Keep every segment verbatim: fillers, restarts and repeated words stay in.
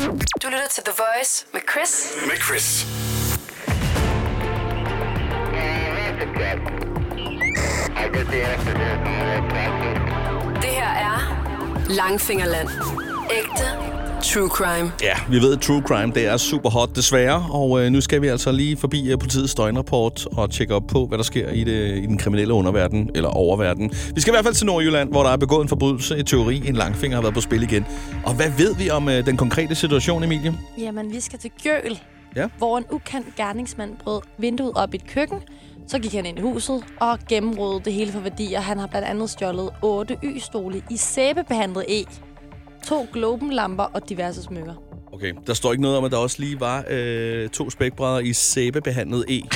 Du lytter til The Voice med Chris. Med Chris. Det her er Langfingerland. Ægte true crime. Ja, vi ved, at true crime, det er super hot desværre, og øh, nu skal vi altså lige forbi uh, politiets døgnrapport og tjekke op på, hvad der sker i, det, i den kriminelle underverden, eller oververden. Vi skal i hvert fald til Nordjylland, hvor der er begået en forbrydelse, et teori, en langfinger har været på spil igen. Og hvad ved vi om øh, den konkrete situation, Emilie? Jamen, vi skal til Gjøl, ja. hvor en ukendt gerningsmand brød vinduet op i et køkken. Så gik han ind i huset og gennemrådede det hele for værdier. Han har blandt andet stjålet otte y-stole i sæbebehandlet æg, to globenlamper og diverse smykker. Okay, der står ikke noget om, at der også lige var øh, to spækbrædder i sæbebehandlet æg.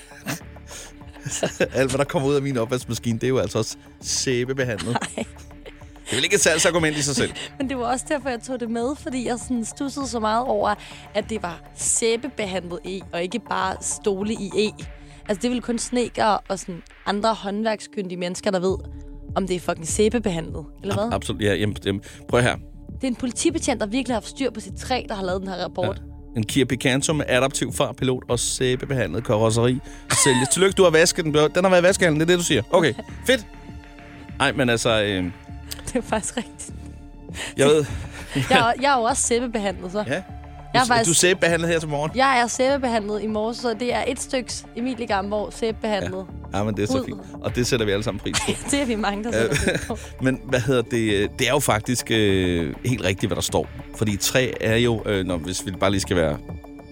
Alt, hvad der kommer ud af min opvaskemaskine, det er jo altså også sæbebehandlet. Nej. Det er vel ikke et salgsargument i sig selv. Men det var også derfor, jeg tog det med, fordi jeg sådan stussede så meget over, at det var sæbebehandlet æg, og ikke bare stole i æg. Altså, det er vel kun snedkere og sådan andre håndværkskyndige mennesker, der ved, om det er fucking sæbebehandlet, eller hvad? Absolut, ja. Jamen, jamen, prøv her. Det er en politibetjent, der virkelig har haft styr på sit træ, der har lavet den her rapport. Ja. En Kia Picanto med adaptiv farpilot og sæbebehandlet karosseri sælges. Tillykke, du har vasket den. Den har været i vaskehallen, det er det, du siger. Okay, fedt. Nej, men altså... Øh... Det er faktisk rigtigt. Jeg ved... jeg, er, jeg er jo også sæbebehandlet, så. Ja. Jeg er du, faktisk, du er sæbebehandlet her til morgen? Jeg er sæbebehandlet i morges, så det er et styks Emilie Gamborg sæbebehandlet. Ja. ja, men det er så ud. fint. Og det sætter vi alle sammen pris på. Det er vi mange, der sætter pris på. Men hvad hedder det? Det er jo faktisk øh, helt rigtigt, hvad der står. Fordi træ er jo, øh, når, hvis vi bare lige skal være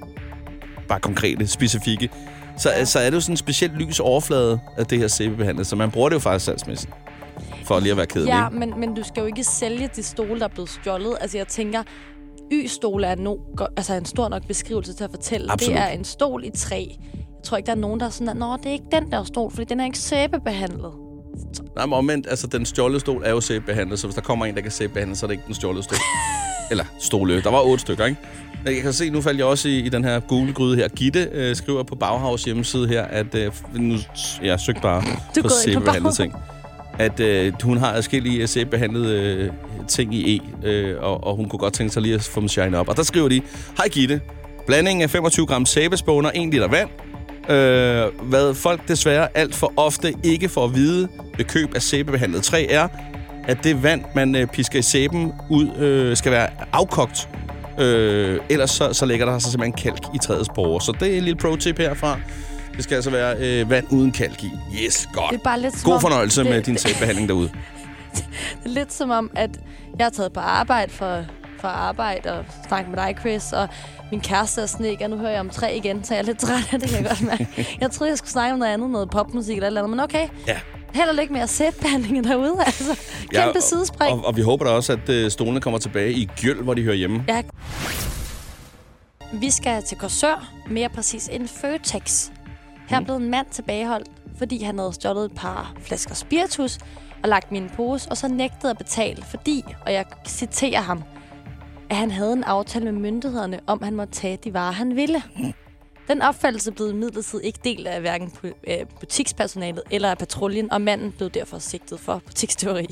bare konkrete, specifikke, så, ja. så er det jo sådan en specielt lys overflade af det her sæbebehandlet, så man bruger det jo faktisk salgsmæssigt. For lige at være kedelig. Ja, men, men du skal jo ikke sælge de stole, der er blevet stjålet. Altså jeg tænker... Y-stole er no, altså en stor nok beskrivelse til at fortælle. Absolut. Det er en stol i træ. Jeg tror ikke, der er nogen, der er sådan, at nå, det er ikke den der stol, fordi den er ikke sæbebehandlet. Nej, men omvendt, altså den stjålede stol er jo sæbebehandlet, så hvis der kommer en, der kan sæbebehandle, så er det ikke den stjålede stol. Eller stole. Der var otte stykker, ikke? Jeg kan se, nu faldt jeg også i, i den her Google-gryde her. Gitte øh, skriver på Bauhaus hjemmeside her, at øh, nu, jeg søgte bare du på sæbebehandlede ting. At øh, hun har adskillige sæbebehandlede øh, ting i E, øh, og, og hun kunne godt tænke sig lige at få dem shine op. Og der skriver de, hej Gitte, blandingen af femogtyve gram sæbespåner, en liter vand. Øh, hvad folk desværre alt for ofte ikke får at vide ved køb af sæbebehandlet træ er, at det vand, man øh, pisker i sæben ud, øh, skal være afkogt. Øh, ellers så, så lægger der sig simpelthen kalk i træets porer. Så det er en lille pro-tip herfra. Det skal altså være øh, vand uden kalk i. Yes, godt. Det er bare lidt God om, fornøjelse det, med din sæbebehandling derude. Det er lidt som om, at jeg har taget på arbejde for, for arbejde og snakket med dig, Chris, og min kæreste er snedker, og nu hører jeg om træ igen, så jeg er lidt træt af det, kan jeg godt mærke. Jeg troede, jeg skulle snakke om noget andet, noget popmusik eller et eller andet, men okay. Ja. Held og lykke med at sæbebehandlingen derude, altså. Kæmpe ja, sidespring. Og, og vi håber da også, at øh, stolene kommer tilbage i Gjøl, hvor de hører hjemme. Ja. Vi skal til Korsør, mere præcis en Føtex. Her blev en mand tilbageholdt, fordi han havde stjålet et par flasker spiritus og lagt min pose, og så nægtede at betale, fordi, og jeg citerer ham, at han havde en aftale med myndighederne om, at han måtte tage de varer, han ville. Den opfattelse blev imidlertid ikke del af hverken butikspersonalet eller af patruljen, og manden blev derfor sigtet for butiksteori.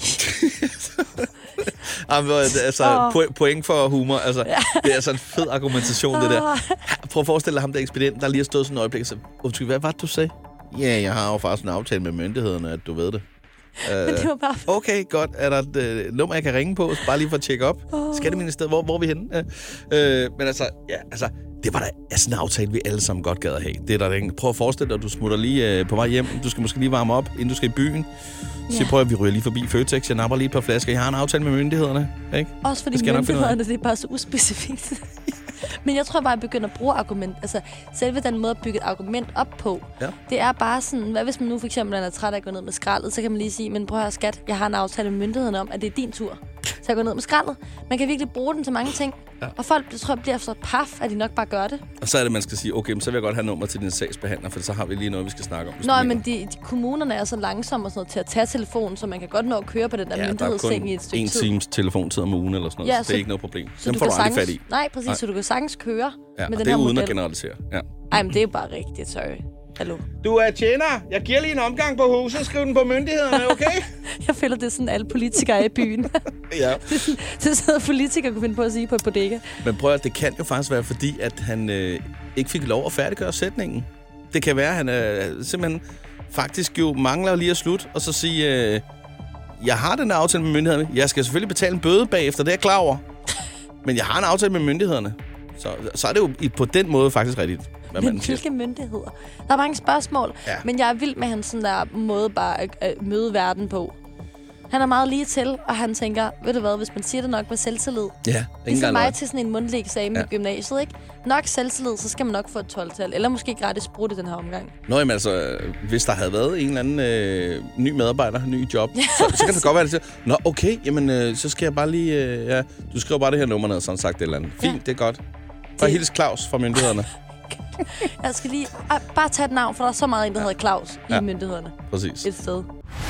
Jamen, altså, oh. point for humor. Altså, ja. Det er altså en fed argumentation, oh. det der. Prøv at forestille dig ham, der ekspedient, der lige har stået sådan et øjeblik og så, undskyld, hvad var det, du sagde? Ja, jeg har jo faktisk en aftale med myndighederne, at du ved det. Men det var bare... Okay, godt. Er der et uh, nummer, jeg kan ringe på? Bare lige for at tjekke op. Oh. Skatteministeriet, hvor, hvor er vi henne? Uh, men altså, ja, altså, det var da sådan en aftale, vi alle sammen godt gad at have. Det er der ikke. Prøv at forestille dig, at du smutter lige uh, på vej hjem. Du skal måske lige varme op, inden du skal i byen. Så yeah. prøv at vi ryger lige forbi Føtex. Jeg napper lige et par flasker. Jeg har en aftale med myndighederne. Ikke? Også fordi myndighederne, det er bare så uspecifikt. Men jeg tror bare, at jeg begynder at bruge argument. Altså, selve den måde at bygge et argument op på, ja. Det er bare sådan, hvad hvis man nu for eksempel er træt af at gå ned med skraldet, så kan man lige sige, men prøv at høre, skat, jeg har en aftale med myndighederne om, at det er din tur. Så jeg går ned med skraldet. Man kan virkelig bruge den til mange ting. Ja. Og folk, det tror jeg, bliver så paf, at de nok bare gør det. Og så er det, man skal sige, okay, så vil jeg godt have nummer til din sagsbehandler, for så har vi lige noget, vi skal snakke om. Nå, men de, de kommunerne er så langsomme og sådan noget til at tage telefonen, så man kan godt nå at køre på den der ja, myndighedsting i et stykke tid. en times telefontid om ugen eller sådan noget, ja, så, så det er ikke noget problem. Så dem får du aldrig fat i. Nej, præcis, nej. Så du kan sagtens køre ja, med den her her model. Uden at generalisere. Ja. Ej, men det er jo bare rigtigt, sorry. Hallo. Du er tjener. Jeg giver lige en omgang på huset. Skriv den på myndighederne, okay? Jeg føler, det er sådan, alle politikere i byen. Ja. Det sidder politikere kunne finde på at sige på et bodega. Men prøv at det kan jo faktisk være, fordi at han øh, ikke fik lov at færdiggøre sætningen. Det kan være, at han øh, simpelthen faktisk jo mangler lige at slutte, og så sige, øh, jeg har den aftale med myndighederne. Jeg skal selvfølgelig betale en bøde bagefter, det er jeg klar over. Men jeg har en aftale med myndighederne. Så, så er det jo på den måde faktisk rigtigt. Hvad man siger. Hvilke myndigheder? Der er mange spørgsmål, ja. Men jeg er vild med hans sådan der måde bare at, at møde verden på. Han er meget lige til, og han tænker, ved du hvad, hvis man siger det nok med selvtillid. Ja, ligesom mig til sådan en mundtlig eksamen ja. i gymnasiet, ikke? Nok selvtillid, så skal man nok få et tolv-tal. Eller måske gratis brudt i den her omgang. Nå, jamen altså, hvis der havde været en eller anden øh, ny medarbejder, ny job, ja. så, så kan det godt være, at det siger, nå, okay, jamen, øh, så skal jeg bare lige, øh, ja, du skriver bare det her nummer ned, sådan sagt et eller andet. Fint, ja. Det er godt. Bare hils Claus fra myndighederne. Jeg skal lige ah, bare tage et navn, for der er så meget en, der ja. hedder Claus ja. i myndighederne. Præcis. Et sted.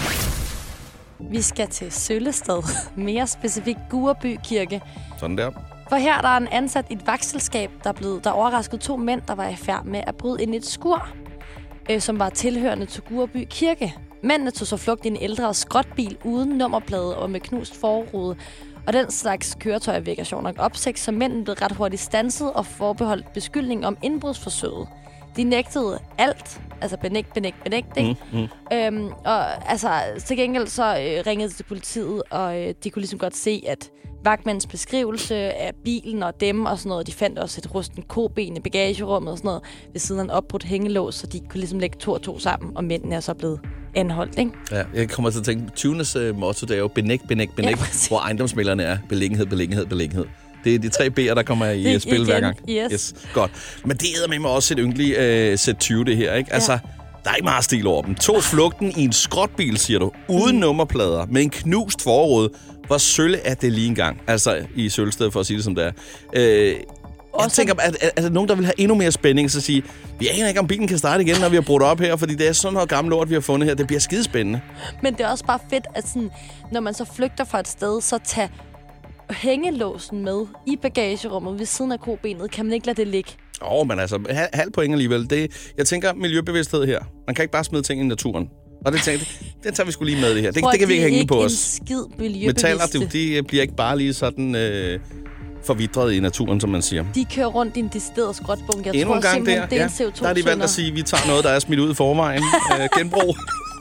Vi skal til Søllested. Mere specifikt Gurreby Kirke. Sådan der. For her er der en ansat i et vagtselskab, der, blev, der overraskede to mænd, der var i færd med at bryde ind i et skur, øh, som var tilhørende til Gurreby Kirke. Mændene tog så flugt i en ældre skrotbil uden nummerplade og med knust forrude. Og den slags køretøjer vækker sjovt nok opsigt, så mændene blev ret hurtigt standset og forbeholdt beskyldning om indbrudsforsøget. De nægtede alt. Altså benægt, benægt, benægt, ikke? Mm, mm. Øhm, og altså, til gengæld så øh, ringede de til politiet, og øh, de kunne ligesom godt se, at vagtmandens beskrivelse af bilen og dem og sådan noget, de fandt også et rusten koben i bagagerummet og sådan noget, ved siden af en opbrudt hængelås, så de kunne ligesom lægge to og to sammen, og mændene er så blevet anholdt, ikke? Ja, jeg kommer til at tænke, tyvenes uh, motto, det er jo benægt, benægt, benægt, ja, hvor ejendomsmæglerne er beliggenhed, beliggenhed, beliggenhed. Det er de tre B'er, der kommer i det, spil igen. Hver gang. Yes. yes. Godt. Men det er med mig også et ynkeligt uh, sæt tyve, det her, ikke? Altså, ja. Der er ikke meget stil over dem. To flugten i en skrotbil, siger du, uden mm. nummerplader, med en knust forrude. Hvor sølle er det lige engang? Altså, i Søllested, for at sige det som det er. Øh, jeg tænker, at, at, at der nogen, der vil have endnu mere spænding, så sige, vi aner ikke, om bilen kan starte igen, når vi har brudt op her, fordi det er sådan noget gammelt lort, vi har fundet her. Det bliver skidespændende. Men det er også bare fedt, at sådan, når man så flygter fra et sted, så tager hængelåsen med i bagagerummet ved siden af kobenet. Kan man ikke lade det ligge? Åh, oh, men altså, halv point alligevel. Det, jeg tænker, miljøbevidsthed her. Man kan ikke bare smide ting i naturen. Og det tænkte det tager vi sgu lige med det her. Det, det kan vi ikke hænge på os. Skid metaller, de, de bliver ikke bare lige sådan øh, forvidret i naturen, som man siger. De kører rundt i en decideret skrotbunke. Jeg Endnu tror gang der, det er en C O to-sønder. Der har de valgt at sige, at vi tager noget, der er smidt ud i forvejen. øh, genbrug.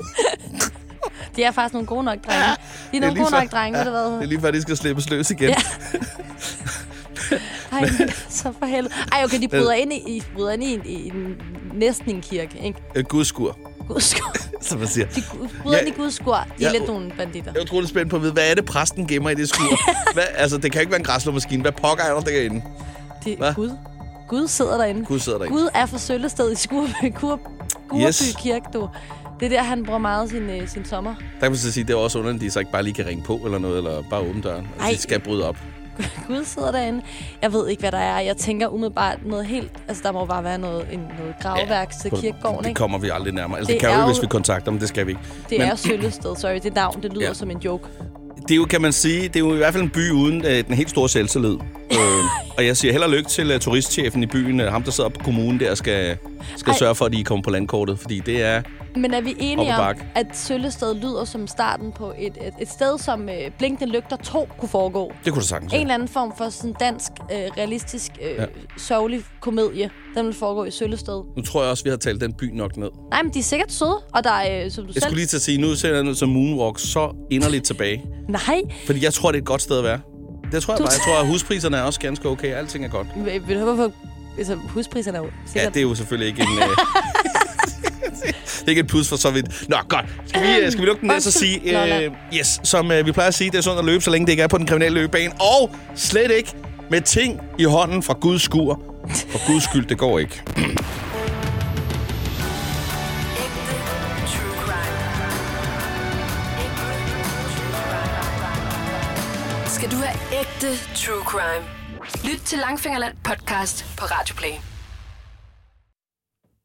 De er faktisk nogle gode nok drenge. De er, er nogle gode nok drenge, ja, det, det er lige før, de skal slippes løs igen. Ja. Ej, så for helvede. Ej, okay, de bryder ind i, i, bryder ind i, en, i en, næsten en kirke, ikke? Et gudskur. Gudskur. Som man siger. De bryder ja, ind i gudskur. De er ja, lidt nogle banditter. Jeg er utroligt spændt på at vide, hvad er det, præsten gemmer i det skur? Hvad, altså, det kan ikke være en græslåmaskine. Hvad pokker er der derinde? Det er Gud. Gud sidder derinde. Gud sidder derinde. Gud er fra Søllested i Skurby, Gurreby yes. Kirke, du. Det er der, han bruger meget sin, øh, sin sommer. Der kan man så sige, det er også underligt, at de så ikke bare lige kan ringe på eller noget, eller bare åbne døren. Altså, de skal bryde op. Gud sidder derinde. Jeg ved ikke, hvad der er. Jeg tænker umiddelbart noget helt... Altså, der må bare være noget, en, noget gravværk ja, til kirkegården, ikke? Det kommer vi aldrig nærmere. Altså, det, det kan jo, hvis vi kontakter dem. Det skal vi ikke. Det men, er Søllested, sorry. Det navn, det lyder ja. som en joke. Det er jo, kan man sige, det er jo i hvert fald en by uden uh, den helt store selvtillid. uh, og jeg siger held og lykke til uh, turistchefen i byen. Uh, ham, der sidder på kommunen der, skal, skal sørge for, at de kommer på landkortet. Fordi det er... Men er vi enige om, at Søllested lyder som starten på et, et, et sted, som øh, Blinkende Lygter to kunne foregå? Det kunne du sagtens. En eller anden form for sådan dansk, øh, realistisk, øh, ja. sørgelig komedie, den vil foregå i Søllested. Nu tror jeg også, vi har talt den by nok ned. Nej, men de er sikkert søde, og der er, øh, som du jeg selv... Jeg skulle lige til at sige, nu ser jeg noget som Moonwalk så inderligt tilbage. Nej. Fordi jeg tror, det er et godt sted at være. Det tror jeg du bare. Jeg tror, at huspriserne er også ganske okay. Alting er godt. Vil du høre, hvorfor altså, huspriserne er jo sikkert... Ja, det er jo selvfølgelig ikke en... Øh... Det er ikke et plus for så vidt. Nå, godt. Skal vi, skal vi lukke den ned og sige, øh, yes, som øh, vi plejer at sige, det er sundt at løbe, så længe det ikke er på den kriminelle løbebane. Og slet ikke med ting i hånden fra Guds skur. For Guds skyld, det går ikke. Skal du have ægte true crime? Lyt til Langfingerland podcast på Radio Play.